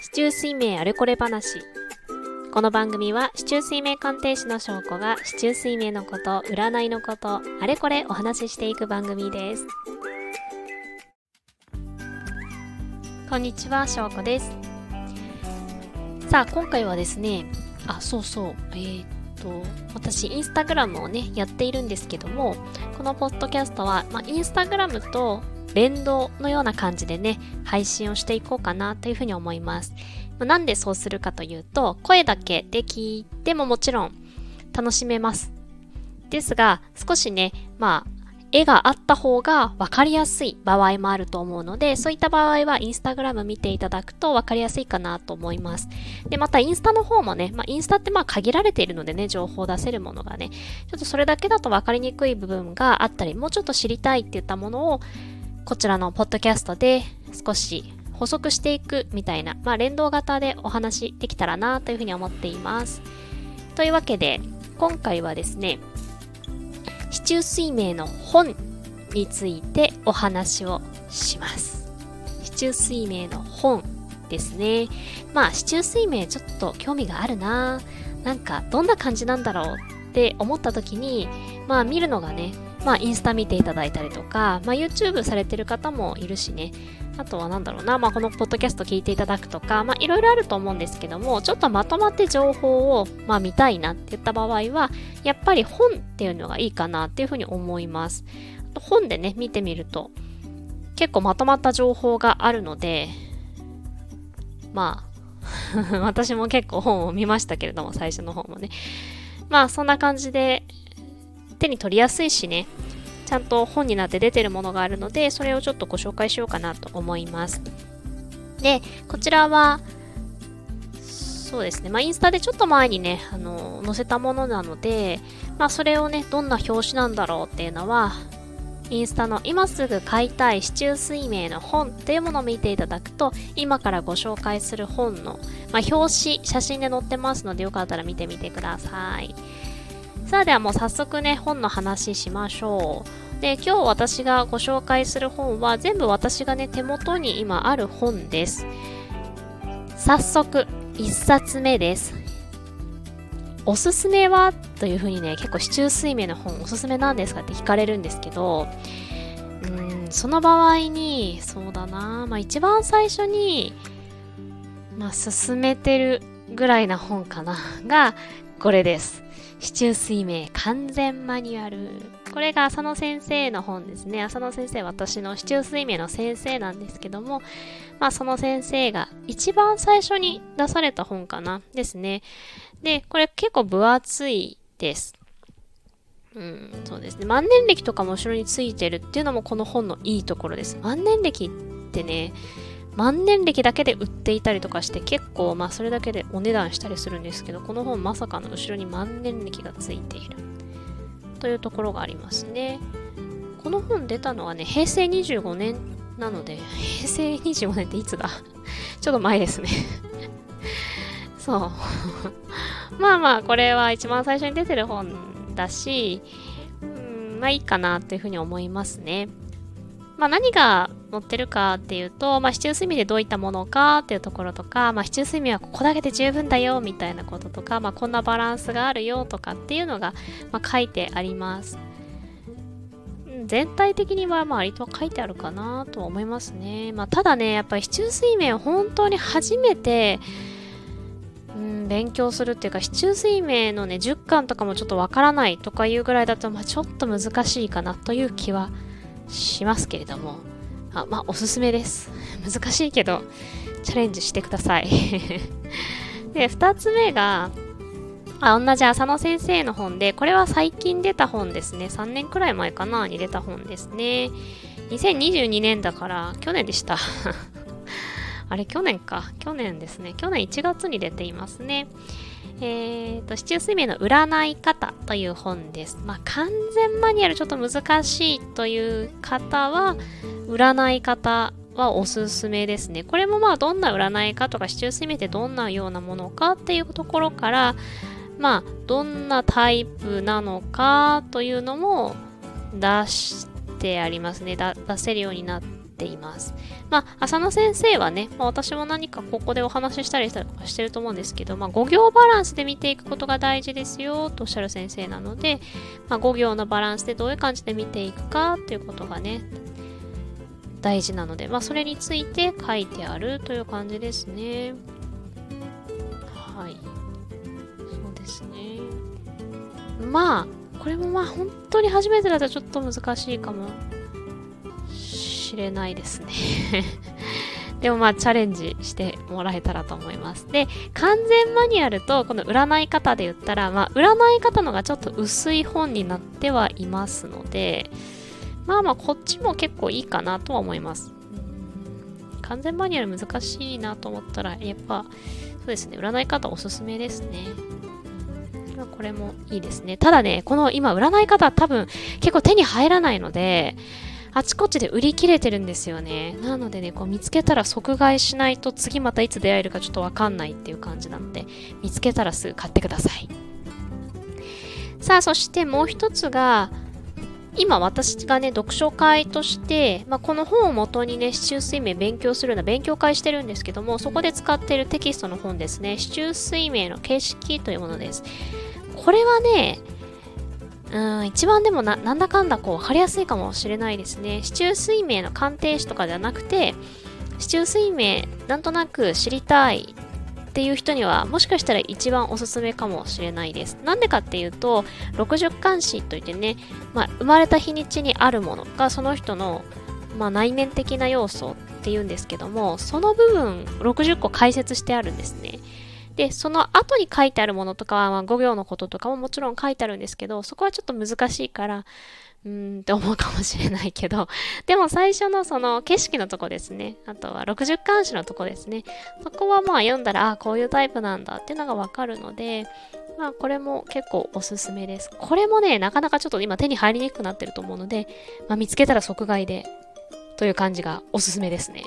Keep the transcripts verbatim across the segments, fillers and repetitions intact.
四柱推命あれこれ話。この番組は四柱推命鑑定士の翔子が四柱推命のこと、占いのこと、あれこれお話ししていく番組です。こんにちは、翔子です。さあ、今回はですね、あ、そうそう、えー、っと、私、インスタグラムをね、やっているんですけども、このポッドキャストは、まあ、インスタグラムと連動のような感じでね、配信をしていこうかなというふうに思います。なんでそうするかというと、声だけで聞いてももちろん楽しめます。ですが、少しね、まあ、絵があった方が分かりやすい場合もあると思うので、そういった場合はインスタグラム見ていただくと分かりやすいかなと思います。で、またインスタの方もね、まあ、インスタってまあ限られているのでね、情報を出せるものがね、ちょっとそれだけだと分かりにくい部分があったり、もうちょっと知りたいっていったものを、こちらのポッドキャストで少し補足していくみたいな、まあ、連動型でお話できたらなというふうに思っています。というわけで、今回はですね、四柱推命の本についてお話をします。四柱推命の本ですね。まあ、四柱推命ちょっと興味があるな、なんかどんな感じなんだろうって思った時に、まあ見るのがね、まあインスタ見ていただいたりとか、まあ YouTube されてる方もいるしね、あとはなんだろうな、まあこのポッドキャスト聞いていただくとか、まあいろいろあると思うんですけども、ちょっとまとまって情報をまあ見たいなって言った場合は、やっぱり本っていうのがいいかなっていうふうに思います。本でね、見てみると、結構まとまった情報があるので、まあ、私も結構本を見ましたけれども、最初の方もね。まあそんな感じで、手に取りやすいしね、ちゃんと本になって出てるものがあるので、それをちょっとご紹介しようかなと思います。で、こちらは、そうですね、まあインスタでちょっと前にね、あの、載せたものなので、まあそれをね、どんな表紙なんだろうっていうのは、インスタの今すぐ買いたい四柱推命の本っていうものを見ていただくと、今からご紹介する本の、まあ、表紙、写真で載ってますので、よかったら見てみてください。さあではもう早速ね、本の話しましょう。で、今日私がご紹介する本は全部私がね、手元に今ある本です。早速、一冊目です。おすすめはというふうにね、結構四柱推命の本おすすめなんですかって聞かれるんですけど、うーん、その場合に、そうだな、まあ一番最初に、まあ進めてるぐらいな本かな、が、これです。四柱推命完全マニュアル。これが浅野先生の本ですね。浅野先生、私の四柱推命の先生なんですけども、まあその先生が一番最初に出された本かなですね。で、これ結構分厚いです。うん、そうですね。万年暦とかも後ろについてるっていうのもこの本のいいところです。万年暦ってね、万年暦だけで売っていたりとかして結構まあそれだけでお値段したりするんですけど、この本まさかの後ろに万年暦がついているというところがありますね。この本出たのはね、へいせいにじゅうごねんなので、へいせいにじゅうごねんっていつだちょっと前ですねそうまあまあこれは一番最初に出てる本だし、うん、まあいいかなというふうに思いますね。まあ何が載ってるかっていうと、まあ四柱推命でどういったものかっていうところとか、まあ四柱推命はここだけで十分だよみたいなこととか、まあこんなバランスがあるよとかっていうのが、まあ、書いてあります。全体的にはまあ割と書いてあるかなと思いますね。まあただね、やっぱり四柱推命を本当に初めて、うん、勉強するっていうか、四柱推命のね、じゅっかんとかもちょっとわからないとかいうぐらいだと、まあちょっと難しいかなという気はしますけれども、あ、まあおすすめです。難しいけどチャレンジしてくださいで、二つ目があ同じ浅野先生の本で、これは最近出た本ですね。さんねんくらい前かなに出た本ですね。にせんにじゅうにねんだから去年でしたあれ去年か去年ですね。去年いちがつに出ていますね。えーと、四柱推命の占い方という本です。まあ、完全マニュアルちょっと難しいという方は、占い方はおすすめですね。これもまあ、どんな占いかとか、四柱推命ってどんなようなものかっていうところから、まあ、どんなタイプなのかというのも出してありますね。だ出せるようになってっています。まあ、浅野先生はね、まあ、私も何かここでお話ししたりしたりとかしてると思うんですけど、まあ、語行バランスで見ていくことが大事ですよとおっしゃる先生なので、まあ、語行のバランスでどういう感じで見ていくかっていうことがね、大事なので、まあ、それについて書いてあるという感じですね。はい。そうですね。まあ、これもまあ本当に初めてだとちょっと難しいかもしれないですね。でもまあチャレンジしてもらえたらと思います。で、完全マニュアルとこの占い方で言ったら、まあ占い方のがちょっと薄い本になってはいますので、まあまあこっちも結構いいかなとは思います。完全マニュアル難しいなと思ったら、やっぱそうですね、占い方おすすめですね。これもいいですね。ただね、この今占い方多分結構手に入らないので、あちこちで売り切れてるんですよね。なのでね、こう見つけたら即買いしないと次またいつ出会えるかちょっとわかんないっていう感じなので、見つけたらすぐ買ってください。さあ、そしてもう一つが、今私がね、読書会として、まあ、この本を元にね、四柱推命勉強するような勉強会してるんですけども、そこで使っているテキストの本ですね、四柱推命の形式というものです。これはね、うん、一番でもな、なんだかんだこう分かりやすいかもしれないですね。四柱推命の鑑定士とかではなくて、四柱推命なんとなく知りたいっていう人にはもしかしたら一番おすすめかもしれないです。なんでかっていうと、六十干支といってね、まあ、生まれた日にちにあるものがその人の、まあ、内面的な要素っていうんですけども、その部分ろくじゅっこ解説してあるんですね。で、その後に書いてあるものとかは、まあ、ご行のこととかももちろん書いてあるんですけど、そこはちょっと難しいから、うーんって思うかもしれないけど、でも最初のその景色のとこですね。あとは六十干支のとこですね。そこはまあ読んだら、あ、こういうタイプなんだっていうのがわかるので、まあこれも結構おすすめです。これもね、なかなかちょっと今手に入りにくくなってると思うので、まあ見つけたら即買いで、という感じがおすすめですね。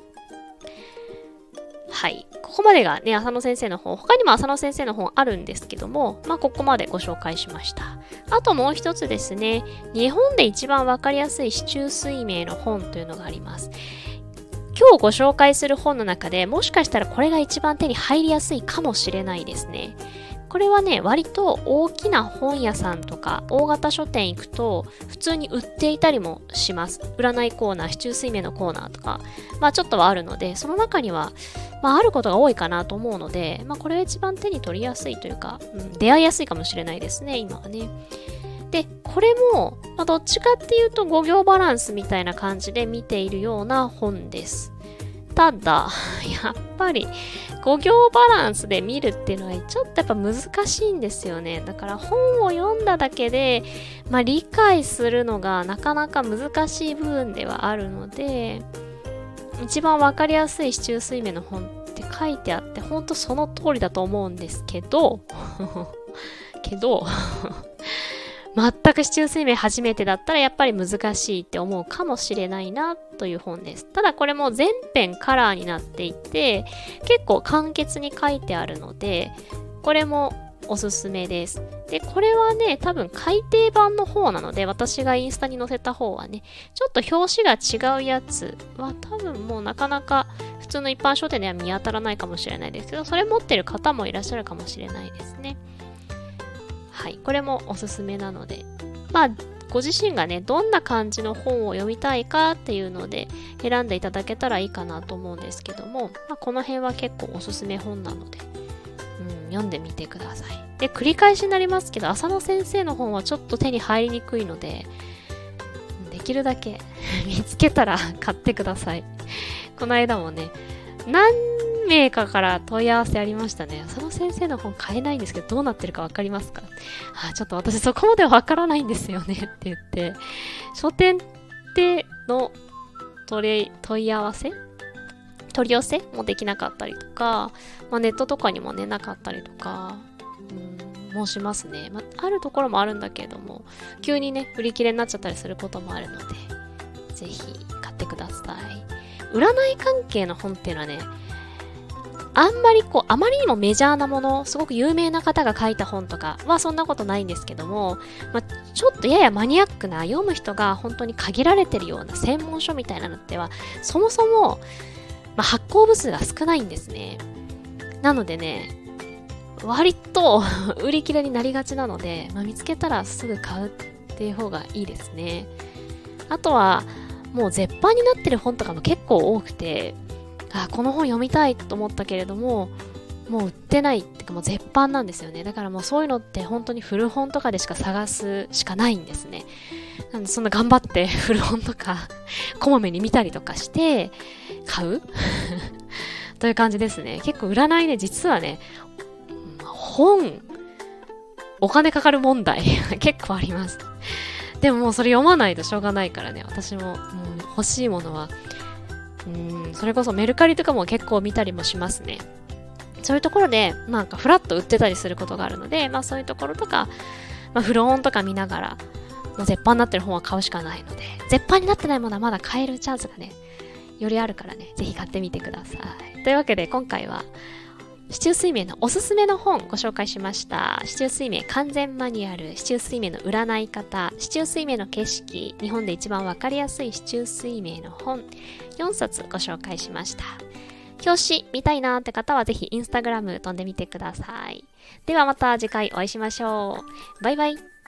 はい。ここまでがね、浅野先生の本。他にも浅野先生の本あるんですけども、まあ、ここまでご紹介しました。あともう一つですね、日本で一番わかりやすい四柱推命の本というのがあります。今日ご紹介する本の中でもしかしたらこれが一番手に入りやすいかもしれないですね。これはね、割と大きな本屋さんとか大型書店行くと普通に売っていたりもします。占いコーナー、四柱推命のコーナーとか、まあちょっとはあるので、その中には、まああることが多いかなと思うので、まあこれが一番手に取りやすいというか、うん、出会いやすいかもしれないですね、今はね。で、これも、まあ、どっちかっていうとご行バランスみたいな感じで見ているような本です。ただ、やっぱりご行バランスで見るっていうのはちょっとやっぱ難しいんですよね。だから本を読んだだけで、まあ、理解するのがなかなか難しい部分ではあるので、一番わかりやすい四柱推命の本って書いてあって、ほんとその通りだと思うんですけど、けど、全く四柱推命初めてだったらやっぱり難しいって思うかもしれないなという本です。ただこれも全編カラーになっていて結構簡潔に書いてあるのでこれもおすすめです。で、これはね、多分改訂版の方なので私がインスタに載せた方はね、ちょっと表紙が違うやつは多分もうなかなか普通の一般書店では見当たらないかもしれないですけど、それ持ってる方もいらっしゃるかもしれないですね。はい、これもおすすめなので、まあ、ご自身がね、どんな感じの本を読みたいかっていうので選んでいただけたらいいかなと思うんですけども、まあ、この辺は結構おすすめ本なので、うん、読んでみてください。で、繰り返しになりますけど、浅野先生の本はちょっと手に入りにくいので、できるだけ見つけたら買ってください。この間もね、何名かから問い合わせありましたね。浅野先生の本買えないんですけどどうなってるかわかりますか？あ、ちょっと私そこまでわからないんですよねって言って書店での問い、問い合わせ取り寄せもできなかったりとか、まあ、ネットとかにもねなかったりとか、うん、申しますね、まあ、あるところもあるんだけれども急にね売り切れになっちゃったりすることもあるのでぜひ買ってください。占い関係の本っていうのはねあんまりこう、あまりにもメジャーなもの、すごく有名な方が書いた本とかはそんなことないんですけども、まあ、ちょっとややマニアックな、読む人が本当に限られてるような専門書みたいなのっては、そもそも、まあ、発行部数が少ないんですね。なのでね、割と売り切れになりがちなので、まあ、見つけたらすぐ買うっていう方がいいですね。あとは、もう絶版になってる本とかも結構多くて、あ、この本読みたいと思ったけれども、もう売ってないってかもう絶版なんですよね。だからもうそういうのって本当に古本とかでしか探すしかないんですね。なのでそんな頑張って古本とかこまめに見たりとかして買うという感じですね。結構占いね、実はね、本、お金かかる問題結構あります。でももうそれ読まないとしょうがないからね、私ももう欲しいものは、うーん、それこそメルカリとかも結構見たりもしますね。そういうところで、なんかフラッと売ってたりすることがあるので、まあそういうところとか、まあ古本とか見ながら、まあ、絶版になってる本は買うしかないので、絶版になってないものはまだ買えるチャンスがね、よりあるからね、ぜひ買ってみてください。というわけで今回は、四柱推命のおすすめの本ご紹介しました。四柱推命完全マニュアル、四柱推命の占い方、四柱推命の景色、日本で一番わかりやすい四柱推命の本、よんさつご紹介しました。表紙見たいなーって方はぜひインスタグラム飛んでみてください。ではまた次回お会いしましょう。バイバイ。